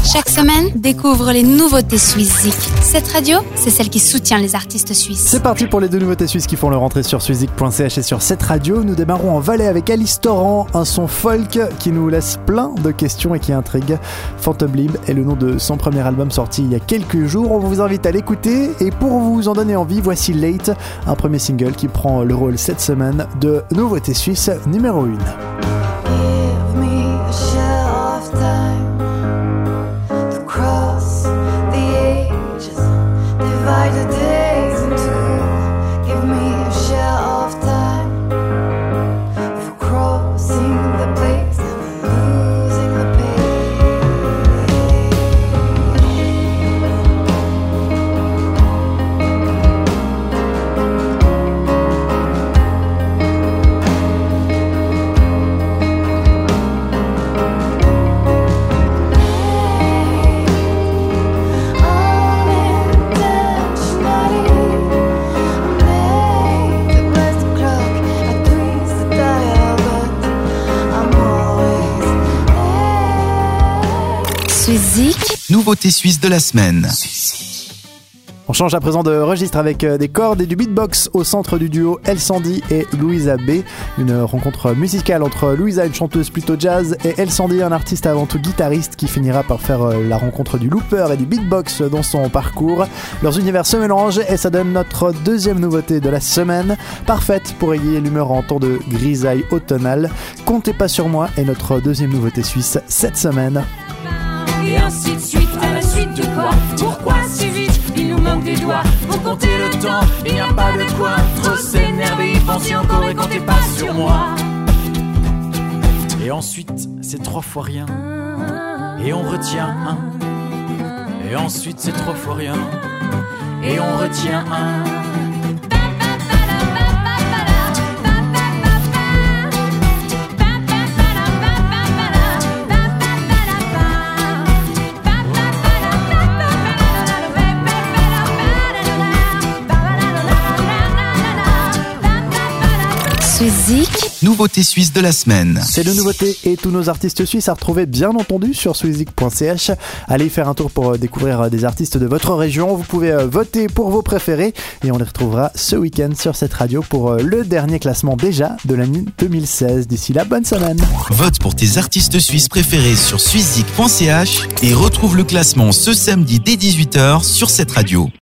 Chaque semaine, découvre les nouveautés Suisse. Cette radio, c'est celle qui soutient les artistes suisses. C'est parti pour les 2 nouveautés suisses qui font leur entrée sur suizik.ch et sur cette radio. Nous démarrons en Valais avec Alice Torrent, un son folk qui nous laisse plein de questions et qui intrigue. Phantom Limb est le nom de son premier album sorti il y a quelques jours. On vous invite à l'écouter et pour vous en donner envie, voici Late, un premier single qui prend le rôle cette semaine de nouveauté suisse numéro 1. Suizik. Nouveauté suisse de la semaine. On change à présent de registre avec des cordes et du beatbox au centre du duo El Sandy et Louisa B. Une rencontre musicale entre Louisa, une chanteuse plutôt jazz, et El Sandy, un artiste avant tout guitariste qui finira par faire la rencontre du looper et du beatbox dans son parcours. Leurs univers se mélangent et ça donne notre deuxième nouveauté de la semaine, parfaite pour égayer l'humeur en temps de grisaille automnale. Comptez pas sur moi est notre deuxième nouveauté suisse cette semaine. Et ainsi de suite, à la suite de quoi? Pourquoi si vite? Il nous manque des doigts pour compter le temps. Il n'y a pas de quoi trop s'énerver, y penser encore et comptez pas sur moi. Et ensuite, c'est 3 fois rien. Et on retient 1. Et ensuite, c'est 3 fois rien. Et on retient 1. Suizik. Nouveauté suisse de la semaine. C'est de nouveautés et tous nos artistes suisses à retrouver bien entendu sur suizik.ch. Allez y faire un tour pour découvrir des artistes de votre région. Vous pouvez voter pour vos préférés et on les retrouvera ce week-end sur cette radio pour le dernier classement déjà de l'année 2016. D'ici là, bonne semaine. Vote pour tes artistes suisses préférés sur suizik.ch et retrouve le classement ce samedi dès 18h sur cette radio.